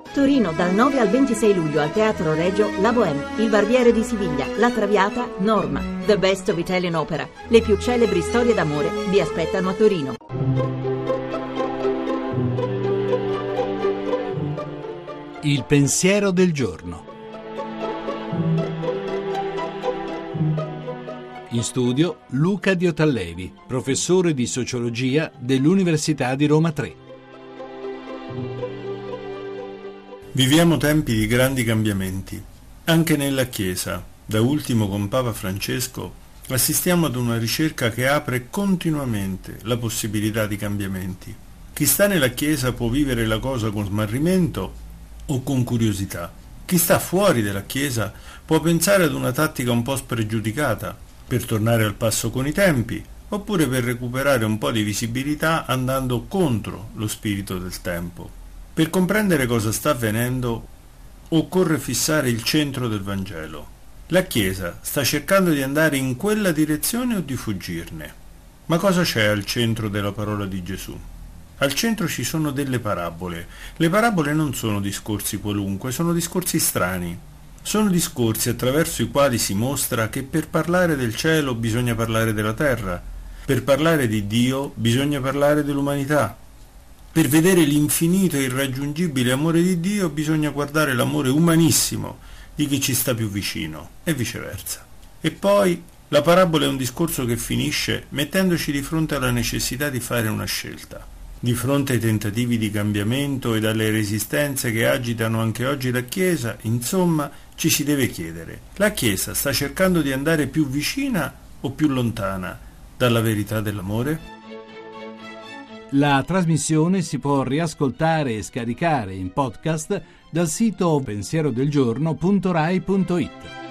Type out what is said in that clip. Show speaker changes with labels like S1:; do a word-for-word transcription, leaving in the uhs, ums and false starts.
S1: Torino dal nove al ventisei luglio al Teatro Regio La Bohème, Il Barbiere di Siviglia, La Traviata, Norma. The Best of Italian Opera. Le più celebri storie d'amore vi aspettano a Torino.
S2: Il pensiero del giorno. In studio Luca Diotallevi, professore di sociologia dell'Università di Roma tre.
S3: Viviamo tempi di grandi cambiamenti. Anche nella Chiesa, da ultimo con Papa Francesco, assistiamo ad una ricerca che apre continuamente la possibilità di cambiamenti. Chi sta nella Chiesa può vivere la cosa con smarrimento o con curiosità. Chi sta fuori della Chiesa può pensare ad una tattica un po' spregiudicata per tornare al passo con i tempi, oppure per recuperare un po' di visibilità andando contro lo spirito del tempo. Per comprendere cosa sta avvenendo, occorre fissare il centro del Vangelo. La Chiesa sta cercando di andare in quella direzione o di fuggirne? Ma cosa c'è al centro della parola di Gesù? Al centro ci sono delle parabole. Le parabole non sono discorsi qualunque, sono discorsi strani. Sono discorsi attraverso i quali si mostra che per parlare del cielo bisogna parlare della terra, per parlare di Dio bisogna parlare dell'umanità, per vedere l'infinito e irraggiungibile amore di Dio bisogna guardare l'amore umanissimo di chi ci sta più vicino, e viceversa. E poi la parabola è un discorso che finisce mettendoci di fronte alla necessità di fare una scelta. Di fronte ai tentativi di cambiamento e alle resistenze che agitano anche oggi la Chiesa, insomma, ci si deve chiedere: la Chiesa sta cercando di andare più vicina o più lontana dalla verità dell'amore?
S2: La trasmissione si può riascoltare e scaricare in podcast dal sito pensierodelgiorno punto rai punto it.